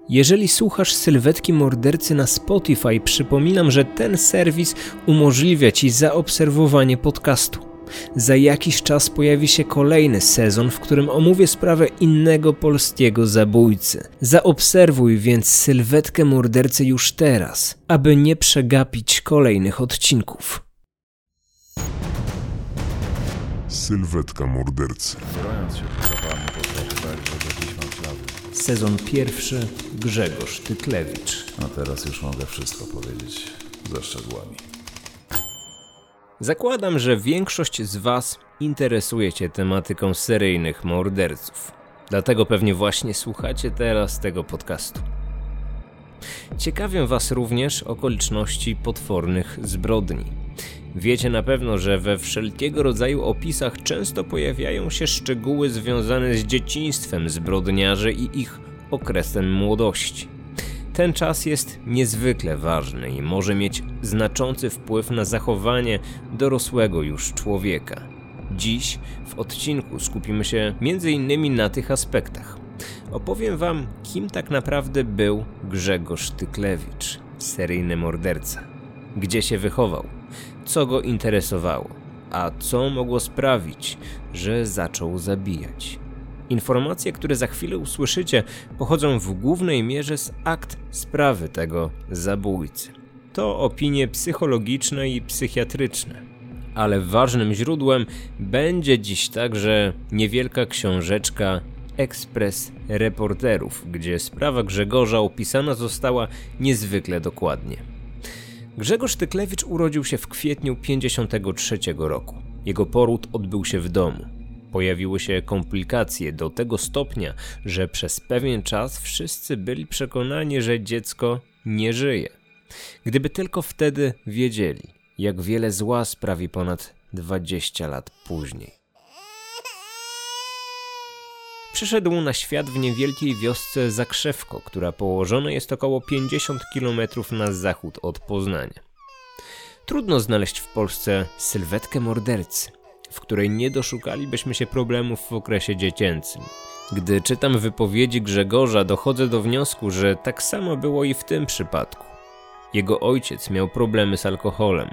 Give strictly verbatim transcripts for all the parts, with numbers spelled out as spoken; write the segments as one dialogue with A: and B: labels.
A: Jeżeli słuchasz Sylwetki Mordercy na Spotify, przypominam, że ten serwis umożliwia Ci zaobserwowanie podcastu. Za jakiś czas pojawi się kolejny sezon, w którym omówię sprawę innego polskiego zabójcy. Zaobserwuj więc Sylwetkę Mordercy już teraz, aby nie przegapić kolejnych odcinków.
B: Sylwetka Mordercy.
A: Sezon pierwszy. Grzegorz Tyklewicz.
C: A teraz już mogę wszystko powiedzieć ze szczegółami.
A: Zakładam, że większość z Was interesuje się tematyką seryjnych morderców. Dlatego pewnie właśnie słuchacie teraz tego podcastu. Ciekawią Was również okoliczności potwornych zbrodni. Wiecie na pewno, że we wszelkiego rodzaju opisach często pojawiają się szczegóły związane z dzieciństwem zbrodniarzy i ich okresem młodości. Ten czas jest niezwykle ważny i może mieć znaczący wpływ na zachowanie dorosłego już człowieka. Dziś w odcinku skupimy się między innymi na tych aspektach. Opowiem Wam, kim tak naprawdę był Grzegorz Tyklewicz, seryjny morderca. Gdzie się wychował, co go interesowało, a co mogło sprawić, że zaczął zabijać. Informacje, które za chwilę usłyszycie, pochodzą w głównej mierze z akt sprawy tego zabójcy. To opinie psychologiczne i psychiatryczne. Ale ważnym źródłem będzie dziś także niewielka książeczka Ekspres Reporterów, gdzie sprawa Grzegorza opisana została niezwykle dokładnie. Grzegorz Tyklewicz urodził się w kwietniu pięćdziesiątego trzeciego roku. Jego poród odbył się w domu. Pojawiły się komplikacje do tego stopnia, że przez pewien czas wszyscy byli przekonani, że dziecko nie żyje. Gdyby tylko wtedy wiedzieli, jak wiele zła sprawi ponad dwadzieścia lat później. Przyszedł na świat w niewielkiej wiosce Zakrzewko, która położona jest około pięćdziesiąt kilometrów na zachód od Poznania. Trudno znaleźć w Polsce sylwetkę mordercy, w której nie doszukalibyśmy się problemów w okresie dziecięcym. Gdy czytam wypowiedzi Grzegorza, dochodzę do wniosku, że tak samo było i w tym przypadku. Jego ojciec miał problemy z alkoholem.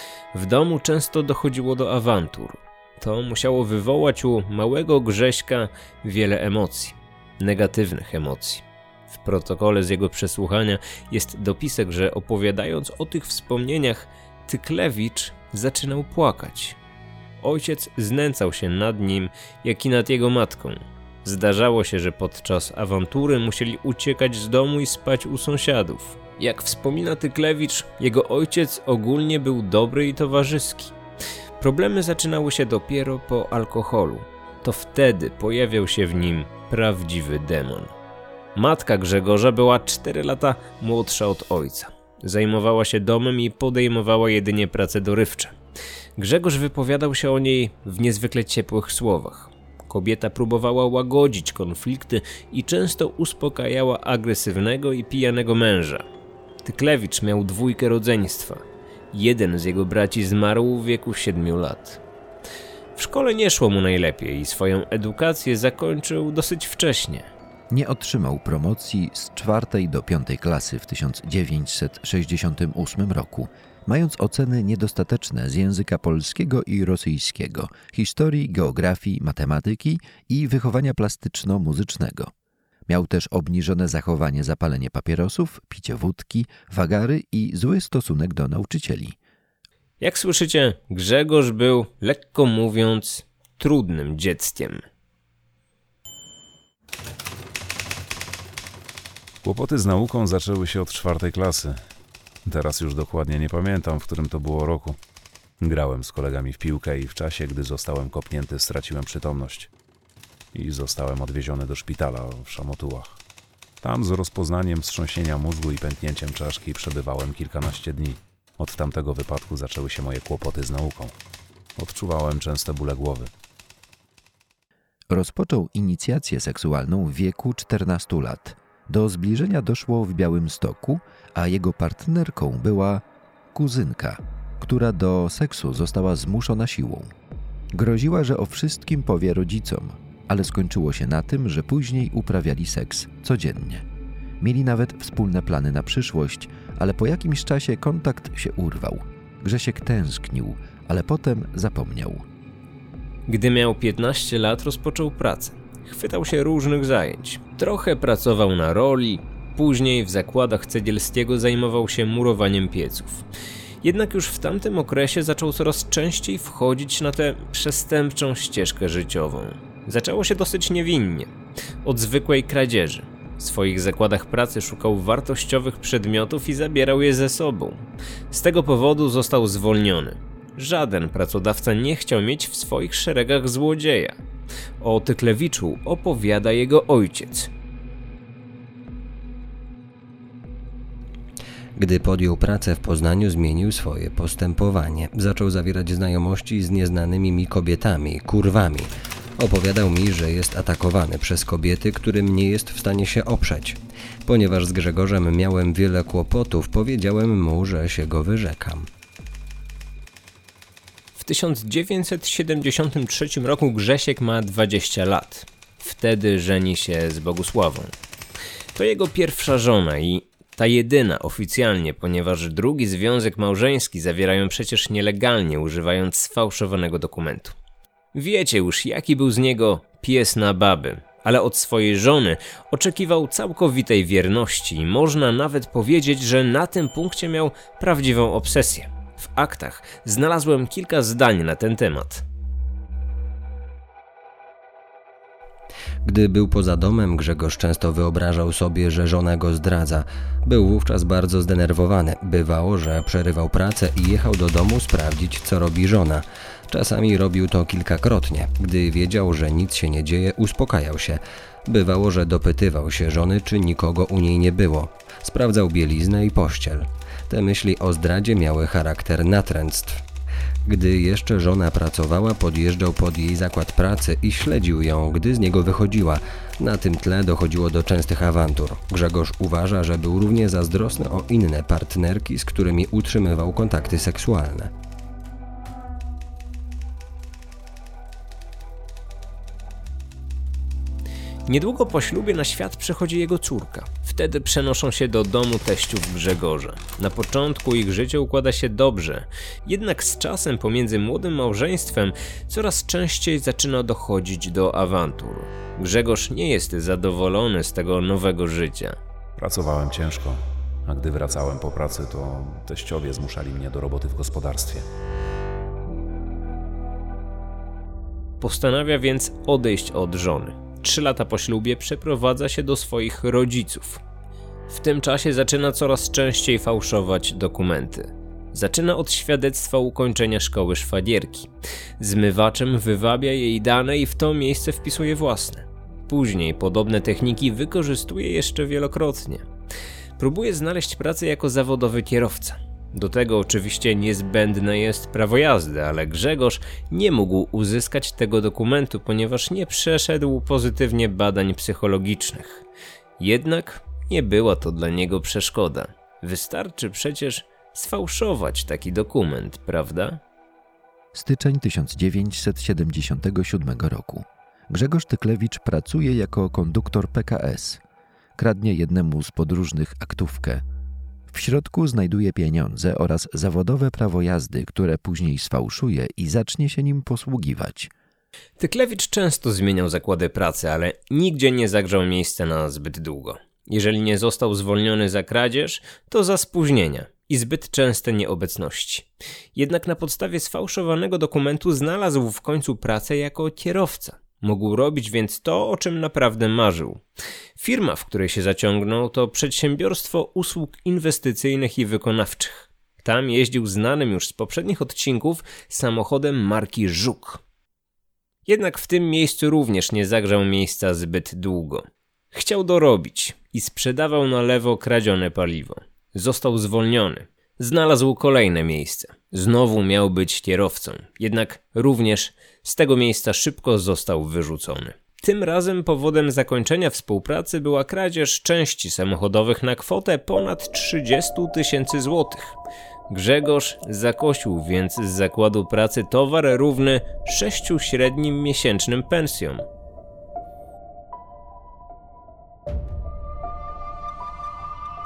A: W domu często dochodziło do awantur. To musiało wywołać u małego Grześka wiele emocji, negatywnych emocji. W protokole z jego przesłuchania jest dopisek, że opowiadając o tych wspomnieniach, Tyklewicz zaczynał płakać. Ojciec znęcał się nad nim, jak i nad jego matką. Zdarzało się, że podczas awantury musieli uciekać z domu i spać u sąsiadów. Jak wspomina Tyklewicz, jego ojciec ogólnie był dobry i towarzyski. Problemy zaczynały się dopiero po alkoholu. To wtedy pojawiał się w nim prawdziwy demon. Matka Grzegorza była cztery lata młodsza od ojca. Zajmowała się domem i podejmowała jedynie prace dorywcze. Grzegorz wypowiadał się o niej w niezwykle ciepłych słowach. Kobieta próbowała łagodzić konflikty i często uspokajała agresywnego i pijanego męża. Tyklewicz miał dwójkę rodzeństwa. Jeden z jego braci zmarł w wieku siedmiu lat. W szkole nie szło mu najlepiej i swoją edukację zakończył dosyć wcześnie.
D: Nie otrzymał promocji z czwartej do piątej klasy w tysiąc dziewięćset sześćdziesiątym ósmym roku, mając oceny niedostateczne z języka polskiego i rosyjskiego, historii, geografii, matematyki i wychowania plastyczno-muzycznego. Miał też obniżone zachowanie, zapalenie papierosów, picie wódki, wagary i zły stosunek do nauczycieli.
A: Jak słyszycie, Grzegorz był, lekko mówiąc, trudnym dzieckiem.
C: Kłopoty z nauką zaczęły się od czwartej klasy. Teraz już dokładnie nie pamiętam, w którym to było roku. Grałem z kolegami w piłkę i w czasie, gdy zostałem kopnięty, straciłem przytomność. I zostałem odwieziony do szpitala w Szamotułach. Tam z rozpoznaniem wstrząsienia mózgu i pęknięciem czaszki przebywałem kilkanaście dni. Od tamtego wypadku zaczęły się moje kłopoty z nauką. Odczuwałem częste bóle głowy.
D: Rozpoczął inicjację seksualną w wieku czternastu lat. Do zbliżenia doszło w Białymstoku, a jego partnerką była kuzynka, która do seksu została zmuszona siłą. Groziła, że o wszystkim powie rodzicom, ale skończyło się na tym, że później uprawiali seks codziennie. Mieli nawet wspólne plany na przyszłość, ale po jakimś czasie kontakt się urwał. Grzesiek tęsknił, ale potem zapomniał.
A: Gdy miał piętnaście lat, rozpoczął pracę. Chwytał się różnych zajęć. Trochę pracował na roli, później w zakładach Cegielskiego zajmował się murowaniem pieców. Jednak już w tamtym okresie zaczął coraz częściej wchodzić na tę przestępczą ścieżkę życiową. Zaczęło się dosyć niewinnie, od zwykłej kradzieży. W swoich zakładach pracy szukał wartościowych przedmiotów i zabierał je ze sobą. Z tego powodu został zwolniony. Żaden pracodawca nie chciał mieć w swoich szeregach złodzieja. O Tyklewiczu opowiada jego ojciec.
E: Gdy podjął pracę w Poznaniu, zmienił swoje postępowanie. Zaczął zawierać znajomości z nieznanymi mi kobietami, kurwami. Opowiadał mi, że jest atakowany przez kobiety, którym nie jest w stanie się oprzeć. Ponieważ z Grzegorzem miałem wiele kłopotów, powiedziałem mu, że się go wyrzekam.
A: W tysiąc dziewięćset siedemdziesiątym trzecim roku Grzesiek ma dwadzieścia lat. Wtedy żeni się z Bogusławą. To jego pierwsza żona i ta jedyna oficjalnie, ponieważ drugi związek małżeński zawierają przecież nielegalnie, używając sfałszowanego dokumentu. Wiecie już, jaki był z niego pies na baby, ale od swojej żony oczekiwał całkowitej wierności i można nawet powiedzieć, że na tym punkcie miał prawdziwą obsesję. W aktach znalazłem kilka zdań na ten temat.
E: Gdy był poza domem, Grzegorz często wyobrażał sobie, że żona go zdradza. Był wówczas bardzo zdenerwowany. Bywało, że przerywał pracę i jechał do domu sprawdzić, co robi żona. Czasami robił to kilkakrotnie. Gdy wiedział, że nic się nie dzieje, uspokajał się. Bywało, że dopytywał się żony, czy nikogo u niej nie było. Sprawdzał bieliznę i pościel. Te myśli o zdradzie miały charakter natręctw. Gdy jeszcze żona pracowała, podjeżdżał pod jej zakład pracy i śledził ją, gdy z niego wychodziła. Na tym tle dochodziło do częstych awantur. Grzegorz uważa, że był równie zazdrosny o inne partnerki, z którymi utrzymywał kontakty seksualne.
A: Niedługo po ślubie na świat przychodzi jego córka. Wtedy przenoszą się do domu teściów Grzegorza. Na początku ich życie układa się dobrze, jednak z czasem pomiędzy młodym małżeństwem coraz częściej zaczyna dochodzić do awantur. Grzegorz nie jest zadowolony z tego nowego życia.
C: Pracowałem ciężko, a gdy wracałem po pracy, to teściowie zmuszali mnie do roboty w gospodarstwie.
A: Postanawia więc odejść od żony. Trzy lata po ślubie przeprowadza się do swoich rodziców. W tym czasie zaczyna coraz częściej fałszować dokumenty. Zaczyna od świadectwa ukończenia szkoły szwagierki. Zmywaczem wywabia jej dane i w to miejsce wpisuje własne. Później podobne techniki wykorzystuje jeszcze wielokrotnie. Próbuje znaleźć pracę jako zawodowy kierowca. Do tego oczywiście niezbędne jest prawo jazdy, ale Grzegorz nie mógł uzyskać tego dokumentu, ponieważ nie przeszedł pozytywnie badań psychologicznych. Jednak nie była to dla niego przeszkoda. Wystarczy przecież sfałszować taki dokument, prawda?
D: Styczeń tysiąc dziewięćset siedemdziesiątego siódmego roku. Grzegorz Tyklewicz pracuje jako konduktor P K S. Kradnie jednemu z podróżnych aktówkę. W środku znajduje pieniądze oraz zawodowe prawo jazdy, które później sfałszuje i zacznie się nim posługiwać.
A: Tyklewicz często zmieniał zakłady pracy, ale nigdzie nie zagrzał miejsca na zbyt długo. Jeżeli nie został zwolniony za kradzież, to za spóźnienia i zbyt częste nieobecności. Jednak na podstawie sfałszowanego dokumentu znalazł w końcu pracę jako kierowca. Mógł robić więc to, o czym naprawdę marzył. Firma, w której się zaciągnął, to przedsiębiorstwo usług inwestycyjnych i wykonawczych. Tam jeździł znanym już z poprzednich odcinków samochodem marki Żuk. Jednak w tym miejscu również nie zagrzał miejsca zbyt długo. Chciał dorobić i sprzedawał na lewo kradzione paliwo. Został zwolniony. Znalazł kolejne miejsce. Znowu miał być kierowcą, jednak również z tego miejsca szybko został wyrzucony. Tym razem powodem zakończenia współpracy była kradzież części samochodowych na kwotę ponad trzydzieści tysięcy złotych. Grzegorz zakosił więc z zakładu pracy towar równy sześciu średnim miesięcznym pensjom.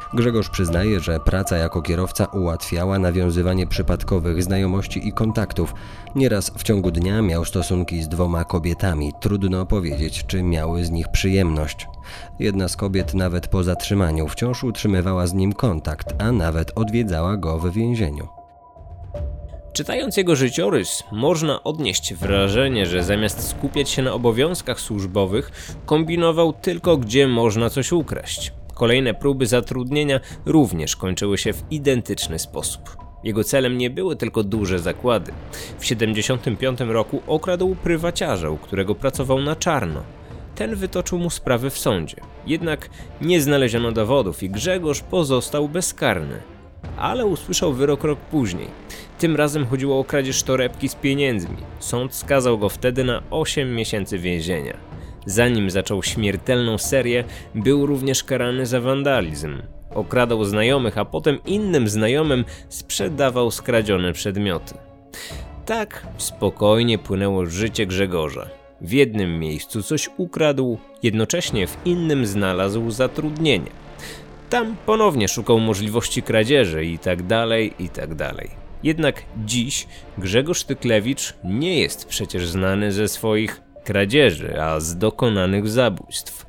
E: Grzegorz przyznaje, że praca jako kierowca ułatwiała nawiązywanie przypadkowych znajomości i kontaktów. Nieraz w ciągu dnia miał stosunki z dwoma kobietami. Trudno powiedzieć, czy miały z nich przyjemność. Jedna z kobiet nawet po zatrzymaniu wciąż utrzymywała z nim kontakt, a nawet odwiedzała go w więzieniu.
A: Czytając jego życiorys, można odnieść wrażenie, że zamiast skupiać się na obowiązkach służbowych, kombinował tylko, gdzie można coś ukraść. Kolejne próby zatrudnienia również kończyły się w identyczny sposób. Jego celem nie były tylko duże zakłady. W siedemdziesiątym piątym roku okradł prywaciarza, u którego pracował na czarno. Ten wytoczył mu sprawę w sądzie. Jednak nie znaleziono dowodów i Grzegorz pozostał bezkarny. Ale usłyszał wyrok rok później. Tym razem chodziło o kradzież torebki z pieniędzmi. Sąd skazał go wtedy na osiem miesięcy więzienia. Zanim zaczął śmiertelną serię, był również karany za wandalizm. Okradał znajomych, a potem innym znajomym sprzedawał skradzione przedmioty. Tak spokojnie płynęło życie Grzegorza. W jednym miejscu coś ukradł, jednocześnie w innym znalazł zatrudnienie. Tam ponownie szukał możliwości kradzieży i tak dalej, i tak dalej. Jednak dziś Grzegorz Tyklewicz nie jest przecież znany ze swoich kradzieży, a z dokonanych zabójstw.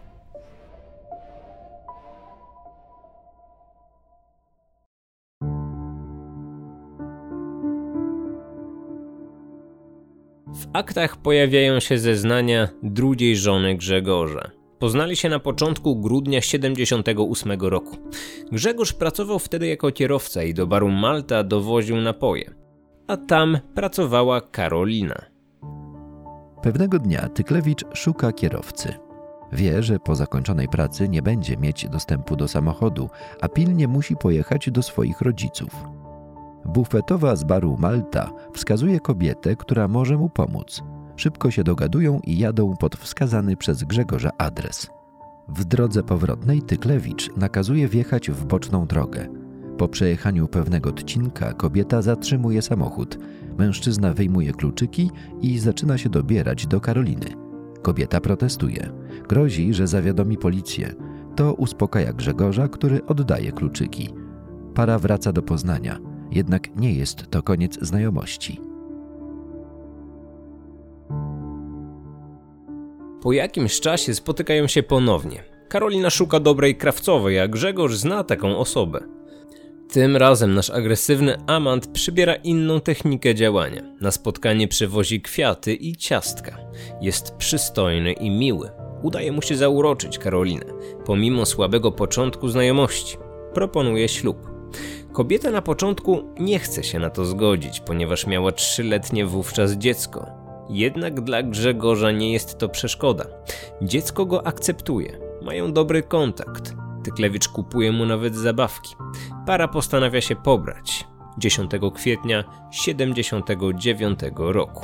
A: W aktach pojawiają się zeznania drugiej żony Grzegorza. Poznali się na początku grudnia siedemdziesiątego ósmego roku. Grzegorz pracował wtedy jako kierowca i do baru Malta dowoził napoje. A tam pracowała Karolina.
D: Pewnego dnia Tyklewicz szuka kierowcy. Wie, że po zakończonej pracy nie będzie mieć dostępu do samochodu, a pilnie musi pojechać do swoich rodziców. Bufetowa z baru Malta wskazuje kobietę, która może mu pomóc. Szybko się dogadują i jadą pod wskazany przez Grzegorza adres. W drodze powrotnej Tyklewicz nakazuje wjechać w boczną drogę. Po przejechaniu pewnego odcinka kobieta zatrzymuje samochód. Mężczyzna wyjmuje kluczyki i zaczyna się dobierać do Karoliny. Kobieta protestuje. Grozi, że zawiadomi policję. To uspokaja Grzegorza, który oddaje kluczyki. Para wraca do Poznania. Jednak nie jest to koniec znajomości.
A: Po jakimś czasie spotykają się ponownie. Karolina szuka dobrej krawcowej, a Grzegorz zna taką osobę. Tym razem nasz agresywny amant przybiera inną technikę działania. Na spotkanie przywozi kwiaty i ciastka. Jest przystojny i miły. Udaje mu się zauroczyć Karolinę, pomimo słabego początku znajomości. Proponuje ślub. Kobieta na początku nie chce się na to zgodzić, ponieważ miała trzyletnie wówczas dziecko. Jednak dla Grzegorza nie jest to przeszkoda. Dziecko go akceptuje. Mają dobry kontakt. Tyklewicz kupuje mu nawet zabawki. Para postanawia się pobrać. dziesiątego kwietnia siedemdziesiątego dziewiątego roku.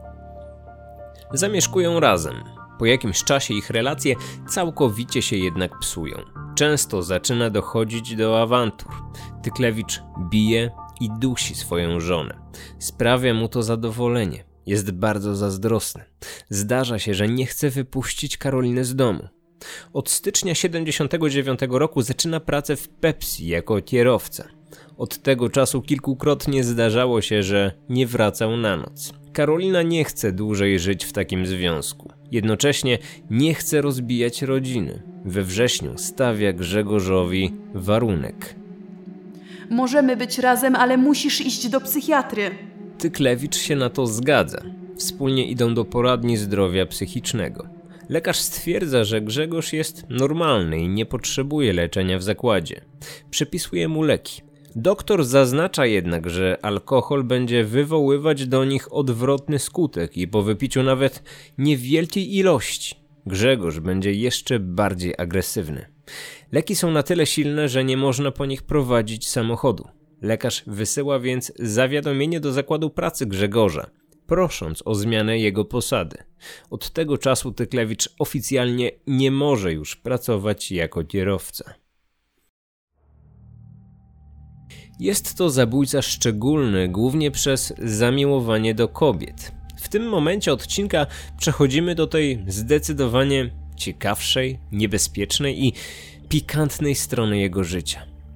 A: Zamieszkują razem. Po jakimś czasie ich relacje całkowicie się jednak psują. Często zaczyna dochodzić do awantur. Tyklewicz bije i dusi swoją żonę. Sprawia mu to zadowolenie. Jest bardzo zazdrosny. Zdarza się, że nie chce wypuścić Karoliny z domu. Od stycznia siedemdziesiątego dziewiątego roku zaczyna pracę w Pepsi jako kierowca. Od tego czasu kilkukrotnie zdarzało się, że nie wracał na noc. Karolina nie chce dłużej żyć w takim związku. Jednocześnie nie chce rozbijać rodziny. We wrześniu stawia Grzegorzowi warunek.
F: Możemy być razem, ale musisz iść do psychiatry.
A: Tyklewicz się na to zgadza. Wspólnie idą do poradni zdrowia psychicznego. Lekarz stwierdza, że Grzegorz jest normalny i nie potrzebuje leczenia w zakładzie. Przepisuje mu leki. Doktor zaznacza jednak, że alkohol będzie wywoływać do nich odwrotny skutek i po wypiciu nawet niewielkiej ilości Grzegorz będzie jeszcze bardziej agresywny. Leki są na tyle silne, że nie można po nich prowadzić samochodu. Lekarz wysyła więc zawiadomienie do zakładu pracy Grzegorza, prosząc o zmianę jego posady. Od tego czasu Tyklewicz oficjalnie nie może już pracować jako kierowca. Jest to zabójca szczególny głównie przez zamiłowanie do kobiet. W tym momencie odcinka przechodzimy do tej zdecydowanie ciekawszej, niebezpiecznej i pikantnej strony jego życia.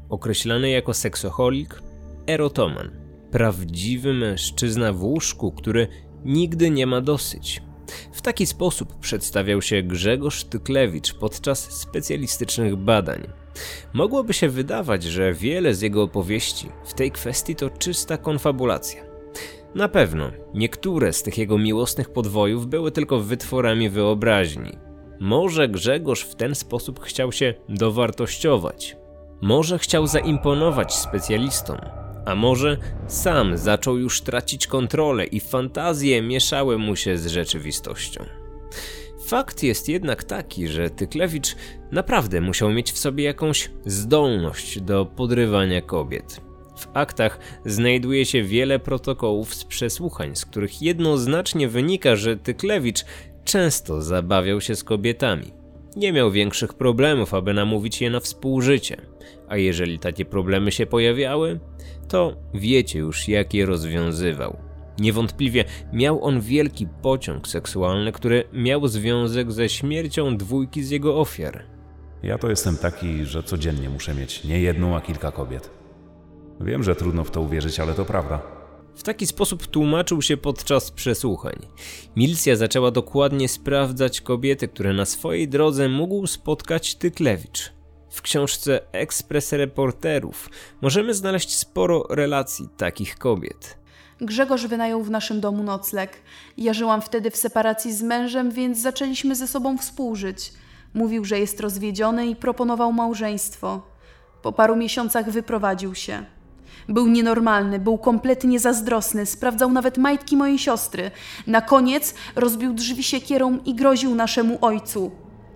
A: określany jako seksoholik, erotoman. Prawdziwy mężczyzna w łóżku, który nigdy nie ma dosyć. W taki sposób przedstawiał się Grzegorz Tyklewicz podczas specjalistycznych badań. Mogłoby się wydawać, że wiele z jego opowieści w tej kwestii to czysta konfabulacja. Na pewno niektóre z tych jego miłosnych podwojów były tylko wytworami wyobraźni. Może Grzegorz w ten sposób chciał się dowartościować. Może chciał zaimponować specjalistom. A może sam zaczął już tracić kontrolę i fantazje mieszały mu się z rzeczywistością. Fakt jest jednak taki, że Tyklewicz naprawdę musiał mieć w sobie jakąś zdolność do podrywania kobiet. W aktach znajduje się wiele protokołów z przesłuchań, z których jednoznacznie wynika, że Tyklewicz często zabawiał się z kobietami. Nie miał większych problemów, aby namówić je na współżycie, a jeżeli takie problemy się pojawiały, to wiecie już, jak je rozwiązywał. Niewątpliwie miał on wielki pociąg seksualny, który miał związek ze śmiercią dwójki z jego ofiar.
C: Ja to jestem taki, że codziennie muszę mieć nie jedną, a kilka kobiet. Wiem, że trudno w to uwierzyć, ale to prawda.
A: W taki sposób tłumaczył się podczas przesłuchań. Milicja zaczęła dokładnie sprawdzać kobiety, które na swojej drodze mógł spotkać Tyklewicz. W książce Ekspres Reporterów możemy znaleźć sporo relacji takich kobiet.
F: Grzegorz wynajął w naszym domu nocleg. Ja żyłam wtedy w separacji z mężem, więc zaczęliśmy ze sobą współżyć. Mówił, że jest rozwiedziony i proponował małżeństwo. Po paru miesiącach wyprowadził się. Był nienormalny, był kompletnie zazdrosny, sprawdzał nawet majtki mojej siostry. Na koniec rozbił drzwi siekierą i groził naszemu ojcu.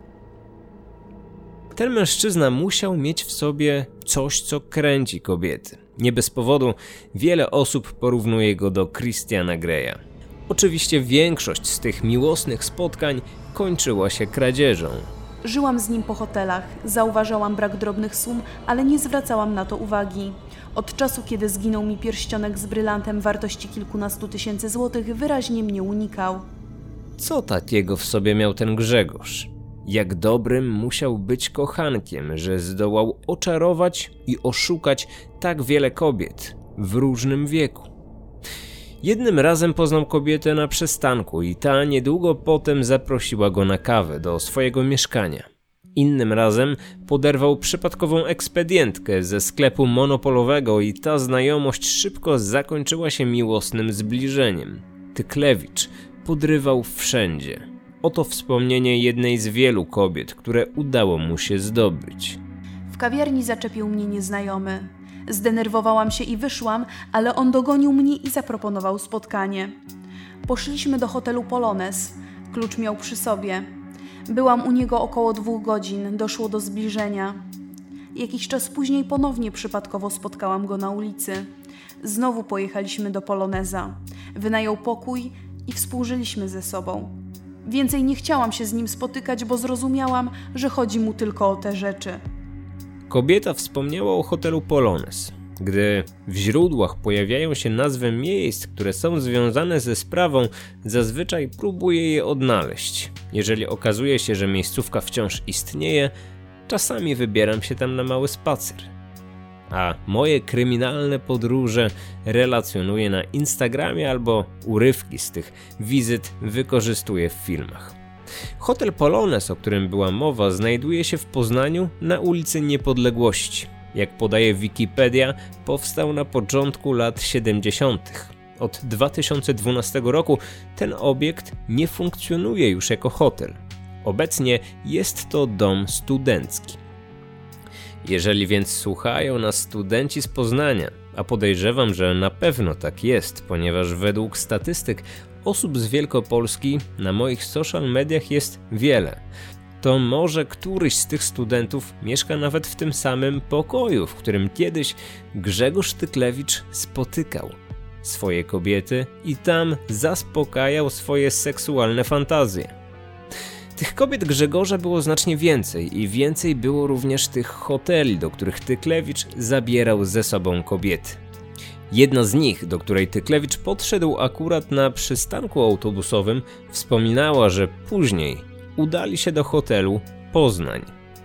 A: Ten mężczyzna musiał mieć w sobie coś, co kręci kobiety. Nie bez powodu wiele osób porównuje go do Christiana Greya. Oczywiście większość z tych miłosnych spotkań kończyła się kradzieżą.
F: Żyłam z nim po hotelach, zauważałam brak drobnych sum, ale nie zwracałam na to uwagi. Od czasu, kiedy zginął mi pierścionek z brylantem wartości kilkunastu tysięcy złotych, wyraźnie mnie unikał.
A: Co takiego w sobie miał ten Grzegorz? Jak dobrym musiał być kochankiem, że zdołał oczarować i oszukać tak wiele kobiet w różnym wieku. Jednym razem poznał kobietę na przystanku i ta niedługo potem zaprosiła go na kawę do swojego mieszkania. Innym razem poderwał przypadkową ekspedientkę ze sklepu monopolowego i ta znajomość szybko zakończyła się miłosnym zbliżeniem. Tyklewicz podrywał wszędzie. Oto wspomnienie jednej z wielu kobiet, które udało mu się zdobyć.
F: W kawiarni zaczepił mnie nieznajomy. Zdenerwowałam się i wyszłam, ale on dogonił mnie i zaproponował spotkanie. Poszliśmy do hotelu Polonez. Klucz miał przy sobie. Byłam u niego około dwóch godzin. Doszło do zbliżenia. Jakiś czas później ponownie przypadkowo spotkałam go na ulicy. Znowu pojechaliśmy do Poloneza. Wynajął pokój i współżyliśmy ze sobą. Więcej nie chciałam się z nim spotykać, bo zrozumiałam, że chodzi mu tylko o te rzeczy.
A: Kobieta wspomniała o hotelu Polonez. Gdy w źródłach pojawiają się nazwy miejsc, które są związane ze sprawą, zazwyczaj próbuję je odnaleźć. Jeżeli okazuje się, że miejscówka wciąż istnieje, czasami wybieram się tam na mały spacer. A moje kryminalne podróże relacjonuję na Instagramie albo urywki z tych wizyt wykorzystuję w filmach. Hotel Polonez, o którym była mowa, znajduje się w Poznaniu na ulicy Niepodległości. Jak podaje Wikipedia, powstał na początku lat siedemdziesiątych. Od dwa tysiące dwunastego roku ten obiekt nie funkcjonuje już jako hotel. Obecnie jest to dom studencki. Jeżeli więc słuchają nas studenci z Poznania, a podejrzewam, że na pewno tak jest, ponieważ według statystyk osób z Wielkopolski na moich social mediach jest wiele, to może któryś z tych studentów mieszka nawet w tym samym pokoju, w którym kiedyś Grzegorz Tyklewicz spotykał swoje kobiety i tam zaspokajał swoje seksualne fantazje. Tych kobiet Grzegorza było znacznie więcej i więcej było również tych hoteli, do których Tyklewicz zabierał ze sobą kobiety. Jedna z nich, do której Tyklewicz podszedł akurat na przystanku autobusowym, wspominała, że później udali się do hotelu Poznań.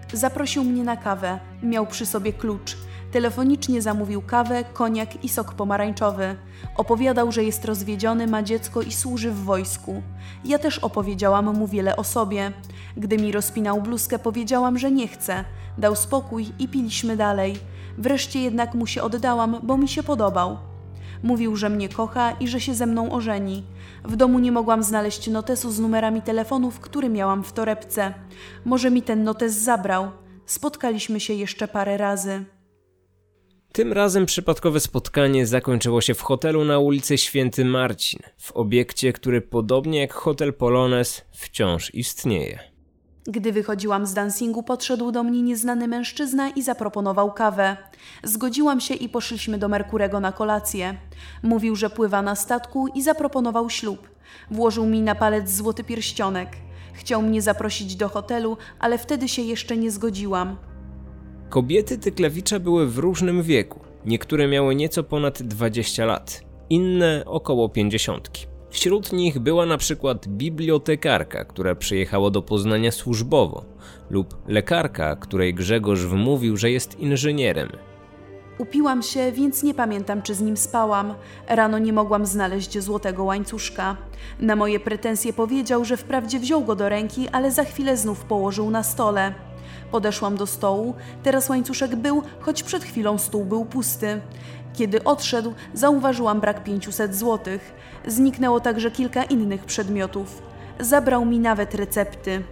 F: Zaprosił mnie na kawę. Miał przy sobie klucz. Telefonicznie zamówił kawę, koniak i sok pomarańczowy. Opowiadał, że jest rozwiedziony, ma dziecko i służy w wojsku. Ja też opowiedziałam mu wiele o sobie. Gdy mi rozpinał bluzkę, powiedziałam, że nie chcę. Dał spokój i piliśmy dalej. Wreszcie jednak mu się oddałam, bo mi się podobał. Mówił, że mnie kocha i że się ze mną ożeni. W domu nie mogłam znaleźć notesu z numerami telefonów, który miałam w torebce. Może mi ten notes zabrał. Spotkaliśmy się jeszcze parę razy.
A: Tym razem przypadkowe spotkanie zakończyło się w hotelu na ulicy Święty Marcin, w obiekcie, który podobnie jak hotel Polones wciąż istnieje.
F: Gdy wychodziłam z dancingu, podszedł do mnie nieznany mężczyzna i zaproponował kawę. Zgodziłam się i poszliśmy do Merkurego na kolację. Mówił, że pływa na statku i zaproponował ślub. Włożył mi na palec złoty pierścionek. Chciał mnie zaprosić do hotelu, ale wtedy się jeszcze nie zgodziłam.
A: Kobiety Tyklewicza były w różnym wieku. Niektóre miały nieco ponad dwadzieścia lat, inne około pięćdziesiątki. Wśród nich była na przykład bibliotekarka, która przyjechała do Poznania służbowo, lub lekarka, której Grzegorz wmówił, że jest inżynierem.
F: Upiłam się, więc nie pamiętam, czy z nim spałam. Rano nie mogłam znaleźć złotego łańcuszka. Na moje pretensje powiedział, że wprawdzie wziął go do ręki, ale za chwilę znów położył na stole. Podeszłam do stołu, teraz łańcuszek był, choć przed chwilą stół był pusty. Kiedy odszedł, zauważyłam brak pięciuset złotych. Zniknęło także kilka innych przedmiotów. Zabrał mi nawet recepty.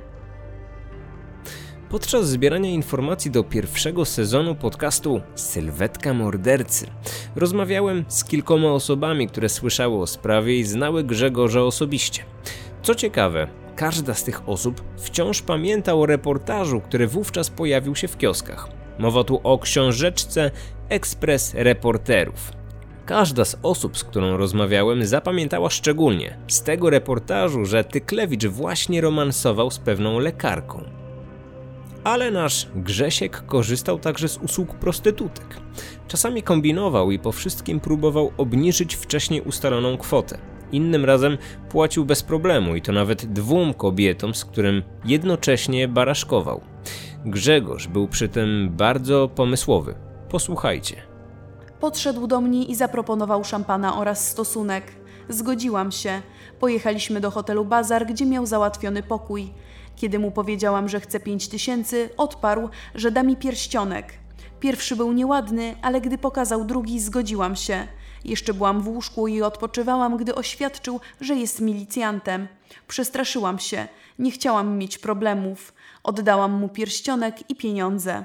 A: Podczas zbierania informacji do pierwszego sezonu podcastu Sylwetka Mordercy rozmawiałem z kilkoma osobami, które słyszały o sprawie i znały Grzegorza osobiście. Co ciekawe, każda z tych osób wciąż pamięta o reportażu, który wówczas pojawił się w kioskach. Mowa tu o książeczce Ekspres Reporterów. Każda z osób, z którą rozmawiałem, zapamiętała szczególnie z tego reportażu, że Tyklewicz właśnie romansował z pewną lekarką. Ale nasz Grzesiek korzystał także z usług prostytutek. Czasami kombinował i po wszystkim próbował obniżyć wcześniej ustaloną kwotę. Innym razem płacił bez problemu i to nawet dwóm kobietom, z którym jednocześnie baraszkował. Grzegorz był przy tym bardzo pomysłowy. Posłuchajcie.
F: Podszedł do mnie i zaproponował szampana oraz stosunek. Zgodziłam się. Pojechaliśmy do hotelu Bazar, gdzie miał załatwiony pokój. Kiedy mu powiedziałam, że chcę pięć tysięcy, odparł, że da mi pierścionek. Pierwszy był nieładny, ale gdy pokazał drugi, zgodziłam się. Jeszcze byłam w łóżku i odpoczywałam, gdy oświadczył, że jest milicjantem. Przestraszyłam się. Nie chciałam mieć problemów. Oddałam mu pierścionek i pieniądze.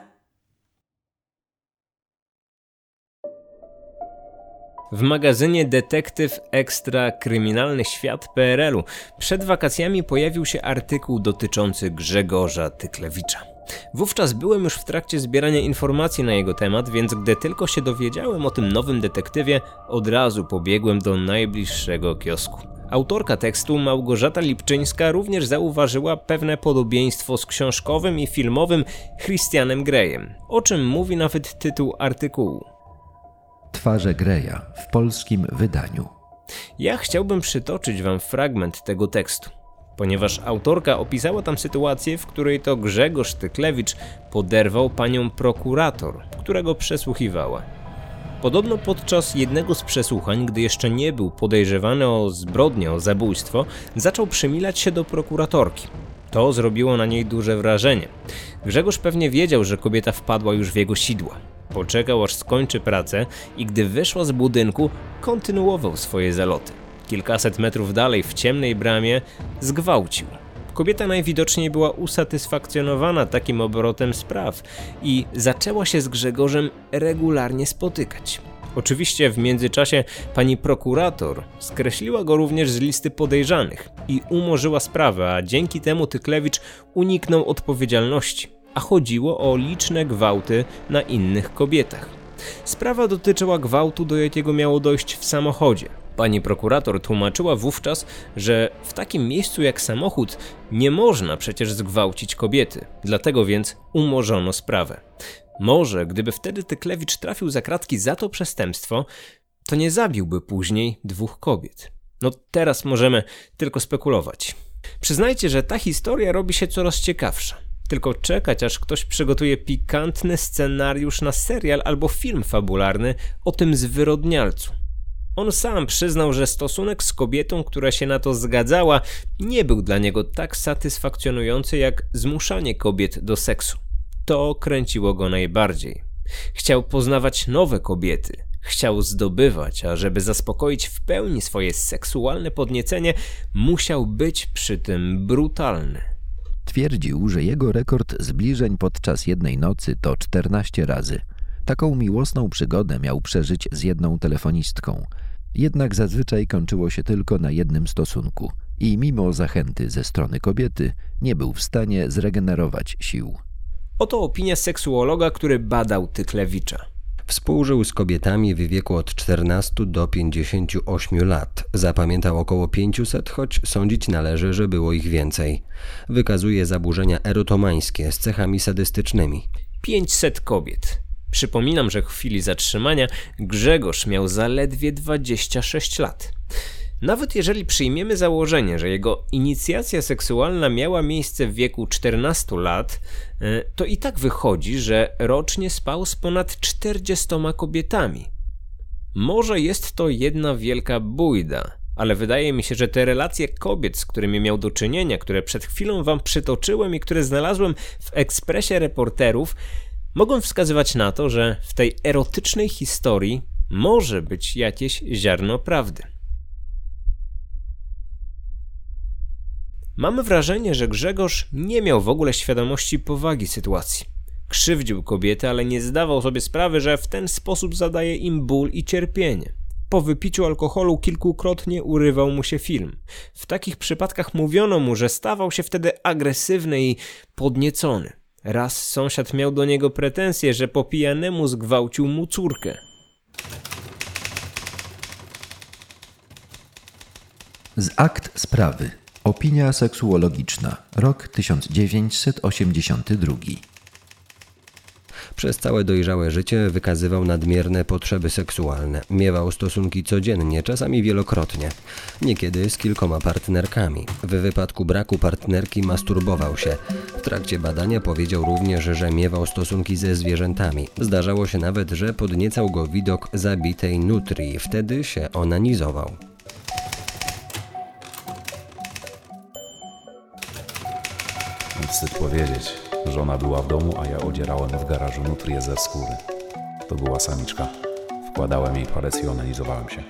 A: W magazynie Detektyw Ekstra Kryminalny Świat P R L u przed wakacjami pojawił się artykuł dotyczący Grzegorza Tyklewicza. Wówczas byłem już w trakcie zbierania informacji na jego temat, więc gdy tylko się dowiedziałem o tym nowym detektywie, od razu pobiegłem do najbliższego kiosku. Autorka tekstu, Małgorzata Lipczyńska, również zauważyła pewne podobieństwo z książkowym i filmowym Christianem Greyem, o czym mówi nawet tytuł artykułu.
D: Twarze Greya w polskim wydaniu.
A: Ja chciałbym przytoczyć wam fragment tego tekstu, ponieważ autorka opisała tam sytuację, w której to Grzegorz Tyklewicz poderwał panią prokurator, którego przesłuchiwała. Podobno podczas jednego z przesłuchań, gdy jeszcze nie był podejrzewany o zbrodnię, o zabójstwo, zaczął przymilać się do prokuratorki. To zrobiło na niej duże wrażenie. Grzegorz pewnie wiedział, że kobieta wpadła już w jego sidła. Poczekał, aż skończy pracę i gdy wyszła z budynku, kontynuował swoje zaloty. Kilkaset metrów dalej, w ciemnej bramie, zgwałcił. Kobieta najwidoczniej była usatysfakcjonowana takim obrotem spraw i zaczęła się z Grzegorzem regularnie spotykać. Oczywiście w międzyczasie pani prokurator skreśliła go również z listy podejrzanych i umorzyła sprawę, a dzięki temu Tyklewicz uniknął odpowiedzialności, a chodziło o liczne gwałty na innych kobietach. Sprawa dotyczyła gwałtu, do jakiego miało dojść w samochodzie. Pani prokurator tłumaczyła wówczas, że w takim miejscu jak samochód nie można przecież zgwałcić kobiety, dlatego więc umorzono sprawę. Może gdyby wtedy Tyklewicz trafił za kratki za to przestępstwo, to nie zabiłby później dwóch kobiet. No teraz możemy tylko spekulować. Przyznajcie, że ta historia robi się coraz ciekawsza. tylko czekać, aż ktoś przygotuje pikantny scenariusz na serial albo film fabularny o tym zwyrodnialcu. On sam przyznał, że stosunek z kobietą, która się na to zgadzała, nie był dla niego tak satysfakcjonujący jak zmuszanie kobiet do seksu. To kręciło go najbardziej. Chciał poznawać nowe kobiety, chciał zdobywać, a żeby zaspokoić w pełni swoje seksualne podniecenie, musiał być przy tym brutalny.
D: Twierdził, że jego rekord zbliżeń podczas jednej nocy to czternaście razy. Taką miłosną przygodę miał przeżyć z jedną telefonistką. Jednak zazwyczaj kończyło się tylko na jednym stosunku i mimo zachęty ze strony kobiety nie był w stanie zregenerować sił.
A: Oto opinia seksuologa, który badał Tyklewicza.
E: Współżył z kobietami w wieku od czternastu do pięćdziesięciu ośmiu lat. Zapamiętał około pięciuset, choć sądzić należy, że było ich więcej. Wykazuje zaburzenia erotomańskie z cechami sadystycznymi.
A: pięćset kobiet. Przypominam, że w chwili zatrzymania Grzegorz miał zaledwie dwadzieścia sześć lat. Nawet jeżeli przyjmiemy założenie, że jego inicjacja seksualna miała miejsce w wieku czternastu lat, to i tak wychodzi, że rocznie spał z ponad czterdziestoma kobietami. Może jest to jedna wielka bujda, ale wydaje mi się, że te relacje kobiet, z którymi miał do czynienia, które przed chwilą wam przytoczyłem i które znalazłem w ekspresie reporterów, mogą wskazywać na to, że w tej erotycznej historii może być jakieś ziarno prawdy. Mamy wrażenie, że Grzegorz nie miał w ogóle świadomości powagi sytuacji. Krzywdził kobiety, ale nie zdawał sobie sprawy, że w ten sposób zadaje im ból i cierpienie. Po wypiciu alkoholu kilkukrotnie urywał mu się film. W takich przypadkach mówiono mu, że stawał się wtedy agresywny i podniecony. Raz sąsiad miał do niego pretensje, że po pijanemu zgwałcił mu córkę.
D: Z akt sprawy. Opinia seksuologiczna. Rok tysiąc dziewięćset osiemdziesiąty drugi.
E: Przez całe dojrzałe życie wykazywał nadmierne potrzeby seksualne. Miewał stosunki codziennie, czasami wielokrotnie. Niekiedy z kilkoma partnerkami. W wypadku braku partnerki masturbował się. W trakcie badania powiedział również, że miewał stosunki ze zwierzętami. Zdarzało się nawet, że podniecał go widok zabitej nutrii. Wtedy się onanizował.
C: Wstyd powiedzieć, żona była w domu, a ja odzierałem w garażu nutrię ze skóry. To była samiczka. Wkładałem jej palec i onanizowałem się.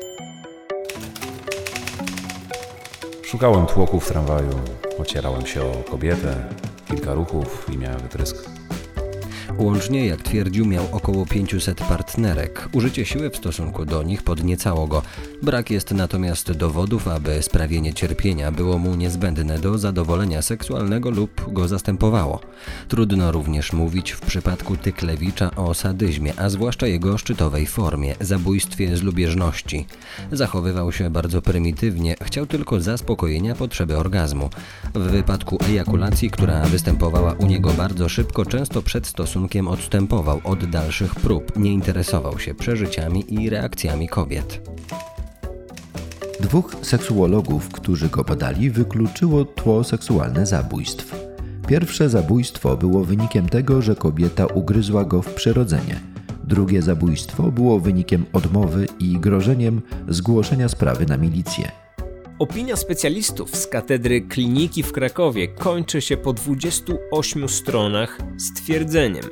C: Szukałem tłoku w tramwaju, ocierałem się o kobietę, kilka ruchów i miałem wytrysk.
E: Łącznie, jak twierdził, miał około pięciuset partnerek. Użycie siły w stosunku do nich podniecało go. Brak jest natomiast dowodów, aby sprawienie cierpienia było mu niezbędne do zadowolenia seksualnego lub go zastępowało. Trudno również mówić w przypadku Tyklewicza o sadyzmie, a zwłaszcza jego szczytowej formie, zabójstwie z lubieżności. Zachowywał się bardzo prymitywnie, chciał tylko zaspokojenia potrzeby orgazmu. W wypadku ejakulacji, która występowała u niego bardzo szybko, często przed stosunkiem odstępował od dalszych prób, nie interesował się przeżyciami i reakcjami kobiet.
D: Dwóch seksuologów, którzy go badali, wykluczyło tło seksualne zabójstw. Pierwsze zabójstwo było wynikiem tego, że kobieta ugryzła go w przyrodzenie. Drugie zabójstwo było wynikiem odmowy i grożeniem zgłoszenia sprawy na milicję.
A: Opinia specjalistów z Katedry Kliniki w Krakowie kończy się po dwudziestu ośmiu stronach stwierdzeniem: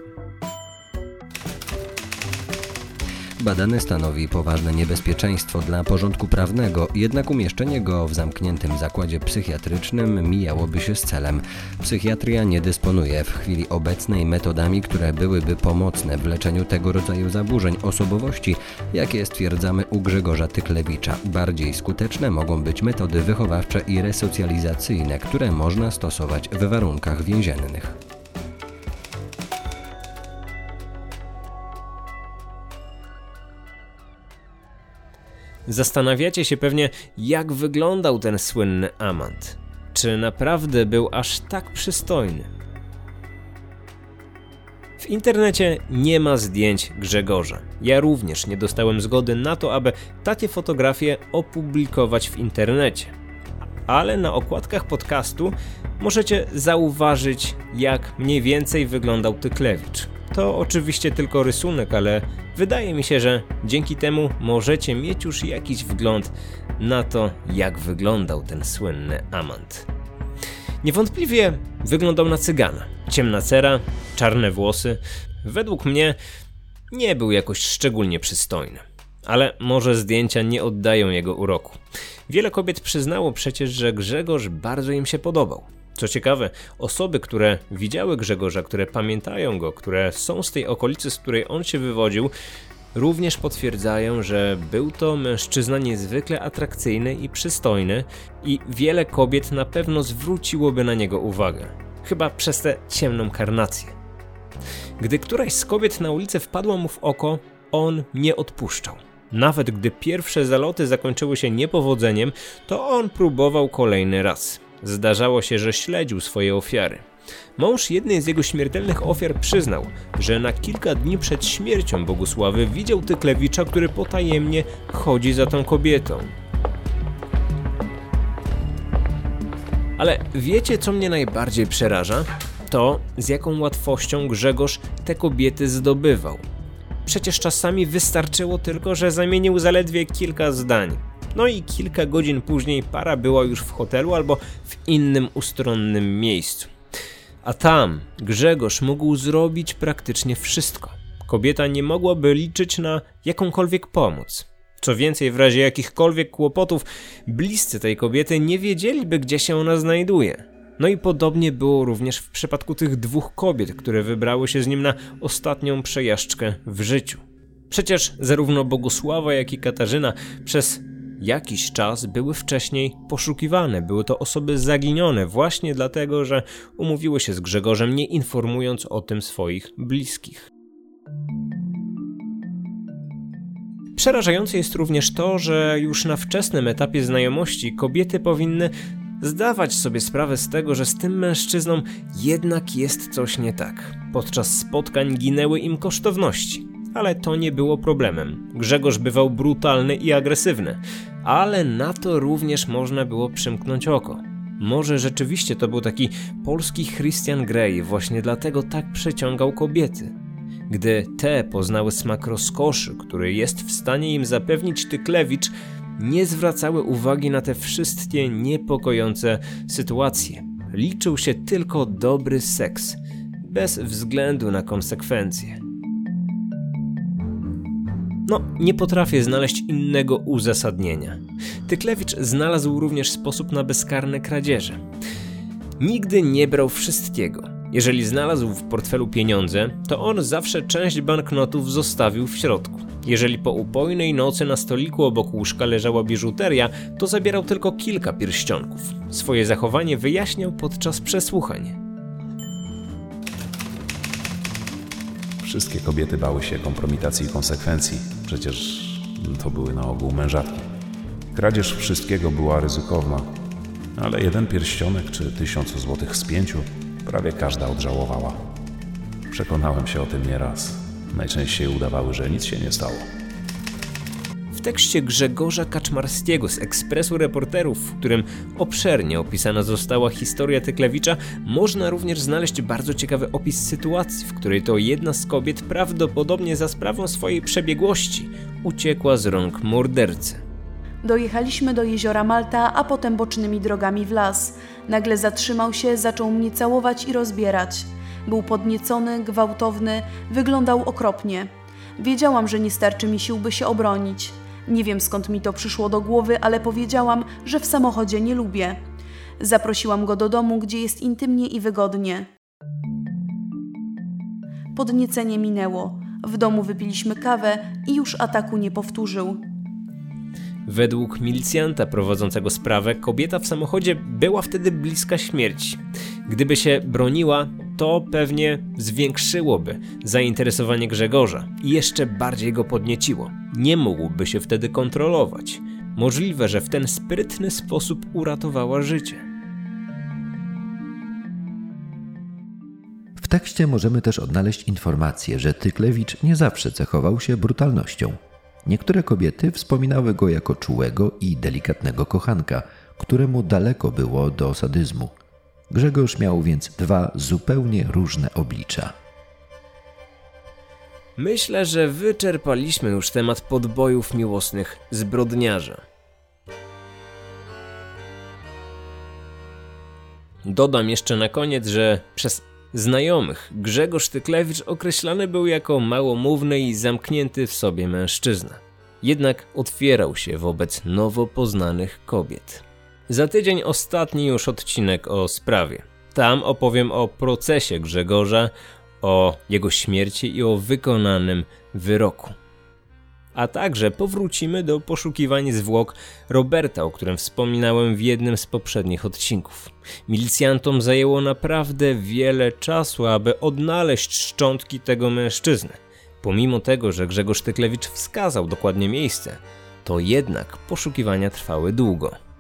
E: Badany stanowi poważne niebezpieczeństwo dla porządku prawnego, jednak umieszczenie go w zamkniętym zakładzie psychiatrycznym mijałoby się z celem. Psychiatria nie dysponuje w chwili obecnej metodami, które byłyby pomocne w leczeniu tego rodzaju zaburzeń osobowości, jakie stwierdzamy u Grzegorza Tyklewicza. Bardziej skuteczne mogą być metody wychowawcze i resocjalizacyjne, które można stosować w warunkach więziennych.
A: Zastanawiacie się pewnie, jak wyglądał ten słynny amant. Czy naprawdę był aż tak przystojny? W internecie nie ma zdjęć Grzegorza. Ja również nie dostałem zgody na to, aby takie fotografie opublikować w internecie. Ale na okładkach podcastu możecie zauważyć, jak mniej więcej wyglądał Tyklewicz. To oczywiście tylko rysunek, ale wydaje mi się, że dzięki temu możecie mieć już jakiś wgląd na to, jak wyglądał ten słynny amant. Niewątpliwie wyglądał na cygana. Ciemna cera, czarne włosy. Według mnie nie był jakoś szczególnie przystojny. Ale może zdjęcia nie oddają jego uroku. Wiele kobiet przyznało przecież, że Grzegorz bardzo im się podobał. Co ciekawe, osoby, które widziały Grzegorza, które pamiętają go, które są z tej okolicy, z której on się wywodził, również potwierdzają, że był to mężczyzna niezwykle atrakcyjny i przystojny i wiele kobiet na pewno zwróciłoby na niego uwagę. Chyba przez tę ciemną karnację. Gdy któraś z kobiet na ulicy wpadła mu w oko, on nie odpuszczał. Nawet gdy pierwsze zaloty zakończyły się niepowodzeniem, to on próbował kolejny raz. Zdarzało się, że śledził swoje ofiary. Mąż jednej z jego śmiertelnych ofiar przyznał, że na kilka dni przed śmiercią Bogusławy widział Tyklewicza, który potajemnie chodzi za tą kobietą. Ale wiecie, co mnie najbardziej przeraża? To, z jaką łatwością Grzegorz te kobiety zdobywał. Przecież czasami wystarczyło tylko, że zamienił zaledwie kilka zdań. No i kilka godzin później para była już w hotelu albo w innym ustronnym miejscu. A tam Grzegorz mógł zrobić praktycznie wszystko. Kobieta nie mogłaby liczyć na jakąkolwiek pomoc. Co więcej, w razie jakichkolwiek kłopotów, bliscy tej kobiety nie wiedzieliby, gdzie się ona znajduje. No i podobnie było również w przypadku tych dwóch kobiet, które wybrały się z nim na ostatnią przejażdżkę w życiu. Przecież zarówno Bogusława, jak i Katarzyna przez jakiś czas były wcześniej poszukiwane. Były to osoby zaginione właśnie dlatego, że umówiły się z Grzegorzem, nie informując o tym swoich bliskich. Przerażające jest również to, że już na wczesnym etapie znajomości kobiety powinny zdawać sobie sprawę z tego, że z tym mężczyzną jednak jest coś nie tak. Podczas spotkań ginęły im kosztowności, ale to nie było problemem. Grzegorz bywał brutalny i agresywny, ale na to również można było przymknąć oko. Może rzeczywiście to był taki polski Christian Grey, właśnie dlatego tak przyciągał kobiety. Gdy te poznały smak rozkoszy, który jest w stanie im zapewnić Tyklewicz, nie zwracały uwagi na te wszystkie niepokojące sytuacje. Liczył się tylko dobry seks, bez względu na konsekwencje. No, nie potrafię znaleźć innego uzasadnienia. Tyklewicz znalazł również sposób na bezkarne kradzieże. Nigdy nie brał wszystkiego. Jeżeli znalazł w portfelu pieniądze, to on zawsze część banknotów zostawił w środku. Jeżeli po upojnej nocy na stoliku obok łóżka leżała biżuteria, to zabierał tylko kilka pierścionków. Swoje zachowanie wyjaśniał podczas przesłuchań.
C: Wszystkie kobiety bały się kompromitacji i konsekwencji. Przecież to były na ogół mężatki. Kradzież wszystkiego była ryzykowna, ale jeden pierścionek czy tysiąc złotych z pięciu prawie każda odżałowała. Przekonałem się o tym nieraz. Najczęściej udawały, że nic się nie stało.
A: W tekście Grzegorza Kaczmarskiego z Ekspresu Reporterów, w którym obszernie opisana została historia Tyklewicza, można również znaleźć bardzo ciekawy opis sytuacji, w której to jedna z kobiet prawdopodobnie za sprawą swojej przebiegłości uciekła z rąk mordercy.
F: Dojechaliśmy do jeziora Malta, a potem bocznymi drogami w las. Nagle zatrzymał się, zaczął mnie całować i rozbierać. Był podniecony, gwałtowny, wyglądał okropnie. Wiedziałam, że nie starczy mi sił, by się obronić. Nie wiem, skąd mi to przyszło do głowy, ale powiedziałam, że w samochodzie nie lubię. Zaprosiłam go do domu, gdzie jest intymnie i wygodnie. Podniecenie minęło. W domu wypiliśmy kawę i już ataku nie powtórzył.
A: Według milicjanta prowadzącego sprawę, kobieta w samochodzie była wtedy bliska śmierci. Gdyby się broniła, to pewnie zwiększyłoby zainteresowanie Grzegorza i jeszcze bardziej go podnieciło. Nie mógłby się wtedy kontrolować. Możliwe, że w ten sprytny sposób uratowała życie.
D: W tekście możemy też odnaleźć informację, że Tyklewicz nie zawsze cechował się brutalnością. Niektóre kobiety wspominały go jako czułego i delikatnego kochanka, któremu daleko było do sadyzmu. Grzegorz miał więc dwa zupełnie różne oblicza.
A: Myślę, że wyczerpaliśmy już temat podbojów miłosnych zbrodniarza. Dodam jeszcze na koniec, że przez znajomych Grzegorz Tyklewicz określany był jako małomówny i zamknięty w sobie mężczyzna. Jednak otwierał się wobec nowo poznanych kobiet. Za tydzień ostatni już odcinek o sprawie. Tam opowiem o procesie Grzegorza, o jego śmierci i o wykonanym wyroku. A także powrócimy do poszukiwań zwłok Roberta, o którym wspominałem w jednym z poprzednich odcinków. Milicjantom zajęło naprawdę wiele czasu, aby odnaleźć szczątki tego mężczyzny. Pomimo tego, że Grzegorz Tyklewicz wskazał dokładnie miejsce, to jednak poszukiwania trwały długo.